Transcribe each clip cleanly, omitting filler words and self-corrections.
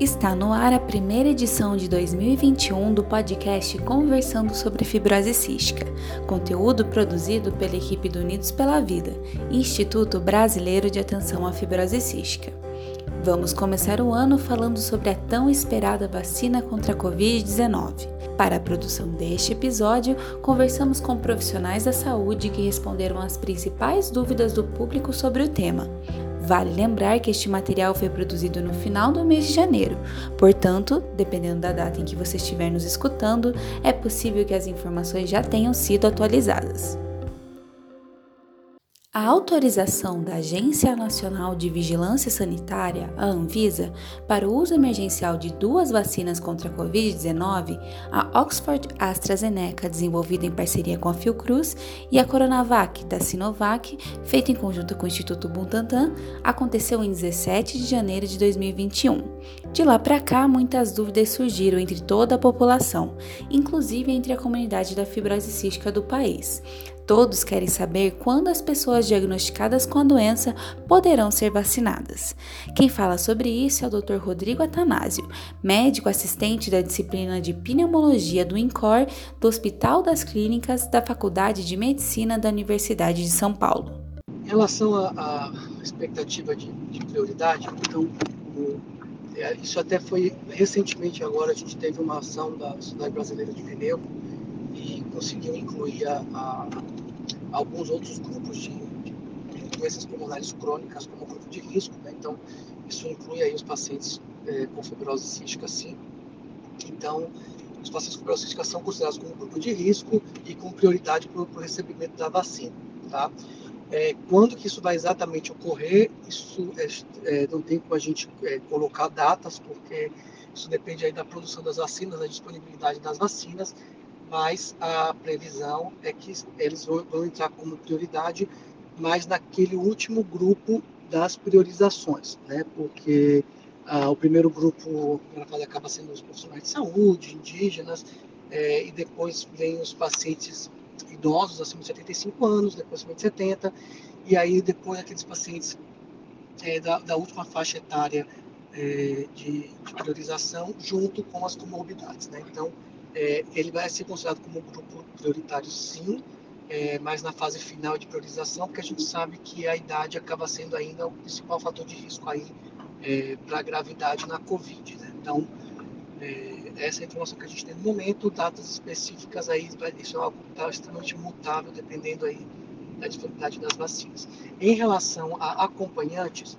Está no ar a primeira edição de 2021 do podcast Conversando sobre Fibrose Cística, conteúdo produzido pela equipe do Unidos pela Vida, Instituto Brasileiro de Atenção à Fibrose Cística. Vamos começar o ano falando sobre a tão esperada vacina contra a Covid-19. Para a produção deste episódio, conversamos com profissionais da saúde que responderam às principais dúvidas do público sobre o tema. Vale lembrar que este material foi produzido no final do mês de janeiro, portanto, dependendo da data em que você estiver nos escutando, é possível que as informações já tenham sido atualizadas. A autorização da Agência Nacional de Vigilância Sanitária, a Anvisa, para o uso emergencial de duas vacinas contra a Covid-19, a Oxford AstraZeneca, desenvolvida em parceria com a Fiocruz, e a Coronavac, da Sinovac, feita em conjunto com o Instituto Butantan, aconteceu em 17 de janeiro de 2021. De lá para cá, muitas dúvidas surgiram entre toda a população, inclusive entre a comunidade da fibrose cística do país. Todos querem saber quando as pessoas diagnosticadas com a doença poderão ser vacinadas. Quem fala sobre isso é o Dr. Rodrigo Atanásio, médico assistente da disciplina de pneumologia do INCOR do Hospital das Clínicas da Faculdade de Medicina da Universidade de São Paulo. Em relação à expectativa de prioridade, então, isso até foi recentemente agora, a gente teve uma ação da Sociedade Brasileira de Pneu e conseguiu incluir alguns outros grupos de doenças pulmonares crônicas como grupo de risco, né? Então, isso inclui aí os pacientes com fibrose cística, sim. Então, os pacientes com fibrose cística são considerados como grupo de risco e com prioridade para o recebimento da vacina, tá? Quando que isso vai exatamente ocorrer, isso não tem como a gente colocar datas, porque isso depende aí da produção das vacinas, da disponibilidade das vacinas, mas a previsão é que eles vão entrar como prioridade, mas naquele último grupo das priorizações, né? Porque o primeiro grupo acaba sendo os profissionais de saúde, indígenas, e depois vem os pacientes idosos acima de 75 anos, depois acima de 70, e aí depois aqueles pacientes da última faixa etária de priorização, junto com as comorbidades, né? Então, ele vai ser considerado como grupo prioritário, sim, mas na fase final de priorização, porque a gente sabe que a idade acaba sendo ainda o principal fator de risco aí para a gravidade na Covid, né? Então, essa é a informação que a gente tem no momento. Datas específicas aí, isso é algo que está extremamente mutável, dependendo aí da disponibilidade das vacinas. Em relação a acompanhantes,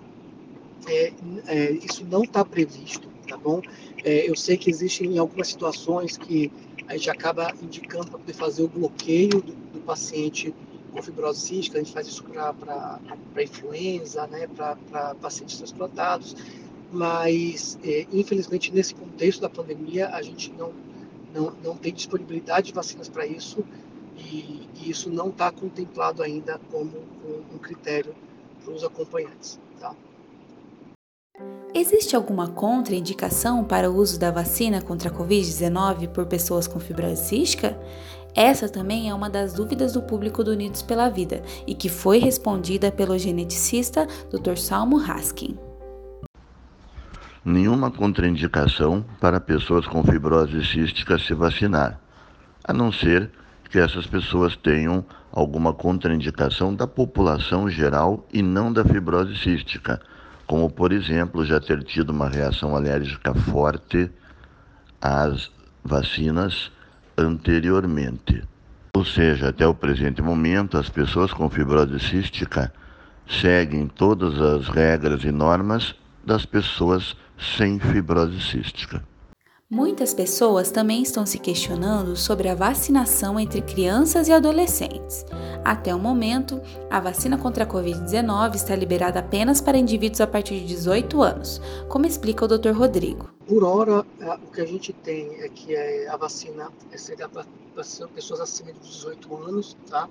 isso não está previsto, tá bom? Eu sei que existem algumas situações que a gente acaba indicando para poder fazer o bloqueio do paciente com fibrose cística. A gente faz isso para influenza, né, para pacientes transplantados, mas infelizmente nesse contexto da pandemia a gente não tem disponibilidade de vacinas para isso, e isso não está contemplado ainda como um critério para os acompanhantes, tá? Existe alguma contraindicação para o uso da vacina contra a Covid-19 por pessoas com fibrose cística? Essa também é uma das dúvidas do público do Unidos pela Vida e que foi respondida pelo geneticista Dr. Salmo Haskin. Nenhuma contraindicação para pessoas com fibrose cística se vacinar, a não ser que essas pessoas tenham alguma contraindicação da população geral e não da fibrose cística, como, por exemplo, já ter tido uma reação alérgica forte às vacinas anteriormente. Ou seja, até o presente momento, as pessoas com fibrose cística seguem todas as regras e normas das pessoas sem fibrose cística. Muitas pessoas também estão se questionando sobre a vacinação entre crianças e adolescentes. Até o momento, a vacina contra a Covid-19 está liberada apenas para indivíduos a partir de 18 anos, como explica o Dr. Rodrigo. Por hora, o que a gente tem é que a vacina seria para pessoas acima de 18 anos, tá?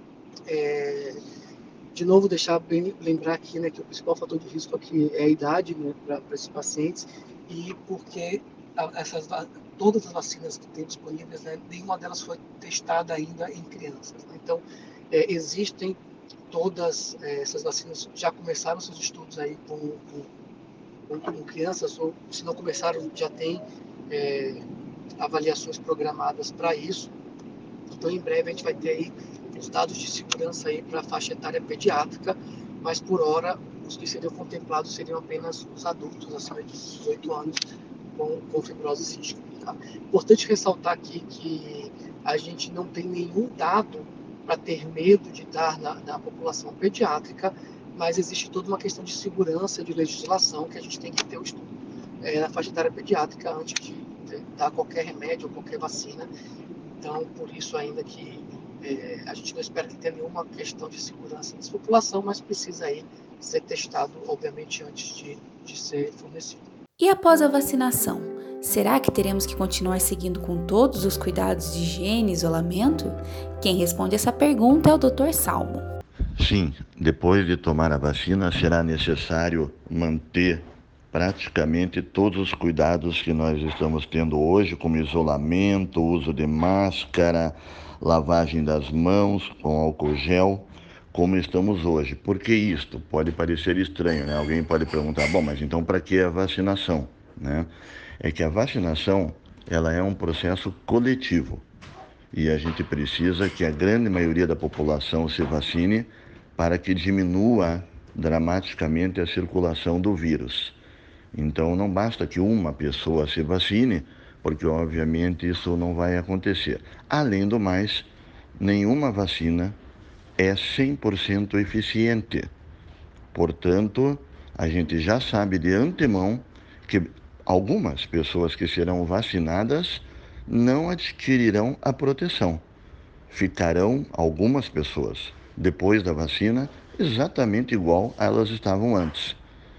De novo, lembrar aqui, né, que o principal fator de risco aqui é a idade, né, para esses pacientes, e porque todas as vacinas que tem disponíveis, né, nenhuma delas foi testada ainda em crianças, né? Então, existem todas essas vacinas, já começaram seus estudos aí com com crianças, ou se não começaram, já tem avaliações programadas para isso. Então, em breve, a gente vai ter aí os dados de segurança aí para a faixa etária pediátrica, mas por hora, os que seriam contemplados seriam apenas os adultos acima de 18 anos com fibrose cística. Tá? Importante ressaltar aqui que a gente não tem nenhum dado para ter medo de dar na população pediátrica, mas existe toda uma questão de segurança, de legislação, que a gente tem que ter o estudo na faixa etária pediátrica antes de dar qualquer remédio ou qualquer vacina. Então, por isso ainda que a gente não espera que tenha nenhuma questão de segurança nessa população, mas precisa aí ser testado, obviamente, antes de ser fornecido. E após a vacinação, será que teremos que continuar seguindo com todos os cuidados de higiene e isolamento? Quem responde essa pergunta é o Dr. Salmo. Sim, depois de tomar a vacina, será necessário manter praticamente todos os cuidados que nós estamos tendo hoje, como isolamento, uso de máscara, lavagem das mãos com álcool gel, como estamos hoje. Por que isto? Pode parecer estranho, né? Alguém pode perguntar, bom, mas então para que a vacinação? Né? É que a vacinação, ela é um processo coletivo e a gente precisa que a grande maioria da população se vacine para que diminua dramaticamente a circulação do vírus. Então, não basta que uma pessoa se vacine, porque, obviamente, isso não vai acontecer. Além do mais, nenhuma vacina é 100% eficiente. Portanto, a gente já sabe de antemão que algumas pessoas que serão vacinadas não adquirirão a proteção. Ficarão algumas pessoas, depois da vacina, exatamente igual a elas estavam antes.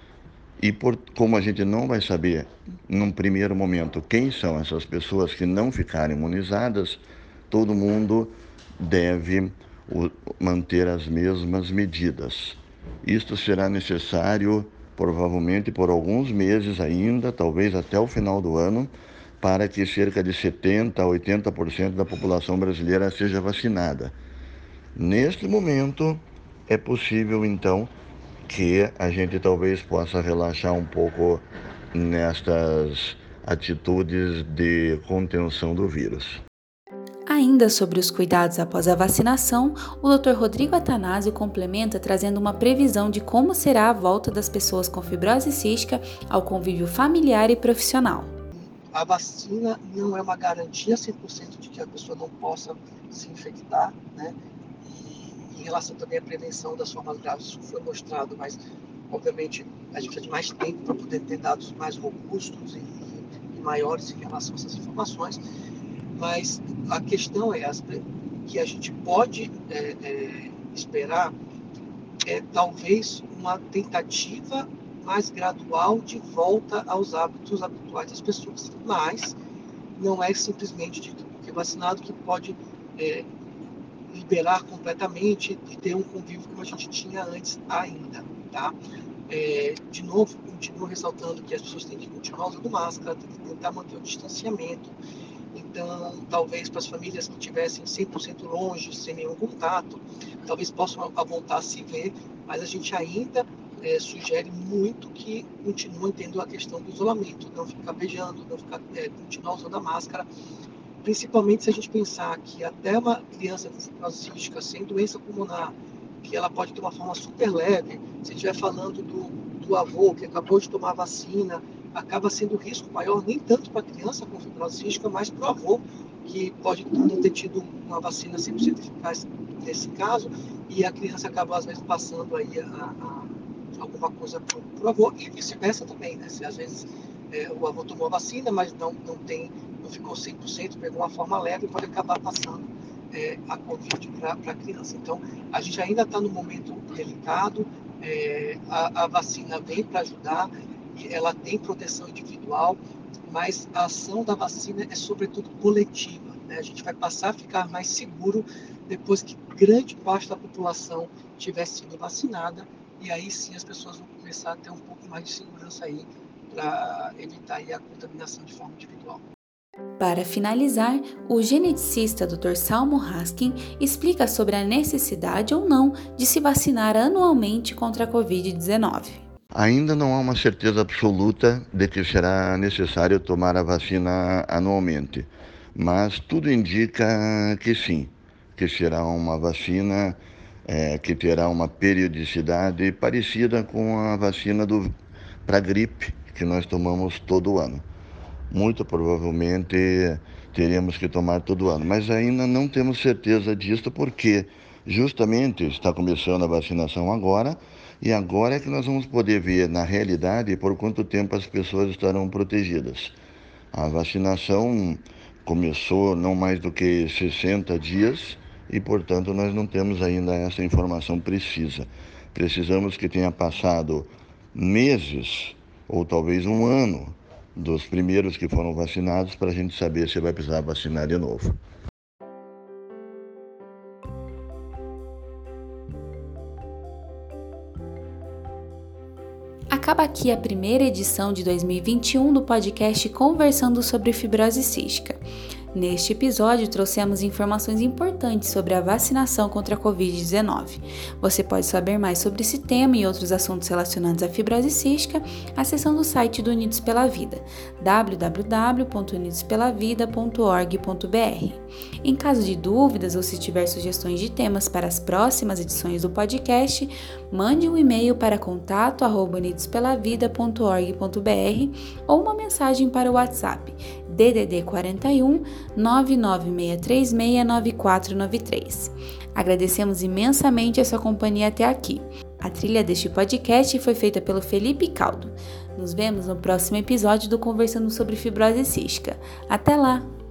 E como a gente não vai saber, num primeiro momento, quem são essas pessoas que não ficarem imunizadas, todo mundo deve manter as mesmas medidas. Isto será necessário, provavelmente, por alguns meses ainda, talvez até o final do ano, para que cerca de 70% a 80% da população brasileira seja vacinada. Neste momento, é possível, então, que a gente talvez possa relaxar um pouco nestas atitudes de contenção do vírus. Ainda sobre os cuidados após a vacinação, o Dr. Rodrigo Attanasio complementa trazendo uma previsão de como será a volta das pessoas com fibrose cística ao convívio familiar e profissional. A vacina não é uma garantia 100% de que a pessoa não possa se infectar, né? E em relação também à prevenção das formas graves, isso foi mostrado, mas obviamente a gente precisa de mais tempo para poder ter dados mais robustos e maiores em relação a essas informações. Mas a questão é que a gente pode esperar talvez uma tentativa mais gradual de volta aos hábitos habituais das pessoas. Mas não é simplesmente de vacinado que pode liberar completamente e ter um convívio como a gente tinha antes ainda. Tá? De novo, continuo ressaltando que as pessoas têm que continuar usando máscara, têm que tentar manter o distanciamento. Então, talvez para as famílias que estivessem 100% longe, sem nenhum contato, talvez possam voltar a se ver, mas a gente ainda sugere muito que continuem tendo a questão do isolamento, não ficar beijando, não ficar, continuar usando a máscara, principalmente se a gente pensar que até uma criança com fibrose cística sem doença pulmonar, que ela pode ter uma forma super leve, se estiver falando do avô que acabou de tomar vacina, acaba sendo um risco maior, nem tanto para a criança com fibrose cística, mas para o avô, que pode não ter tido uma vacina 100% eficaz nesse caso, e a criança acaba, às vezes, passando aí alguma coisa para o avô, e vice-versa também, né? Se às vezes o avô tomou a vacina, mas não ficou 100%, pegou uma forma leve, pode acabar passando a Covid para a criança. Então, a gente ainda está num momento delicado, a vacina vem para ajudar, ela tem proteção individual, mas a ação da vacina é sobretudo coletiva, né? A gente vai passar a ficar mais seguro depois que grande parte da população tiver sido vacinada, e aí sim as pessoas vão começar a ter um pouco mais de segurança aí para evitar aí a contaminação de forma individual. Para finalizar, o geneticista Dr. Salmo Haskin explica sobre a necessidade ou não de se vacinar anualmente contra a Covid-19. Ainda não há uma certeza absoluta de que será necessário tomar a vacina anualmente, mas tudo indica que sim, que será uma vacina que terá uma periodicidade parecida com a vacina para gripe que nós tomamos todo ano. Muito provavelmente teremos que tomar todo ano, mas ainda não temos certeza disso porque justamente está começando a vacinação agora e agora é que nós vamos poder ver na realidade por quanto tempo as pessoas estarão protegidas. A vacinação começou não mais do que 60 dias e, portanto, nós não temos ainda essa informação precisa. Precisamos que tenha passado meses ou talvez um ano dos primeiros que foram vacinados para a gente saber se vai precisar vacinar de novo. Acaba aqui a primeira edição de 2021 do podcast Conversando sobre Fibrose Cística. Neste episódio, trouxemos informações importantes sobre a vacinação contra a Covid-19. Você pode saber mais sobre esse tema e outros assuntos relacionados à fibrose cística acessando o site do Unidos pela Vida, www.unidospelavida.org.br. Em caso de dúvidas ou se tiver sugestões de temas para as próximas edições do podcast, mande um e-mail para contato@unidospelavida.org.br ou uma mensagem para o WhatsApp DDD 41 996369493. Agradecemos imensamente a sua companhia até aqui. A trilha deste podcast foi feita pelo Felipe Caldo. Nos vemos no próximo episódio do Conversando sobre Fibrose Cística. Até lá!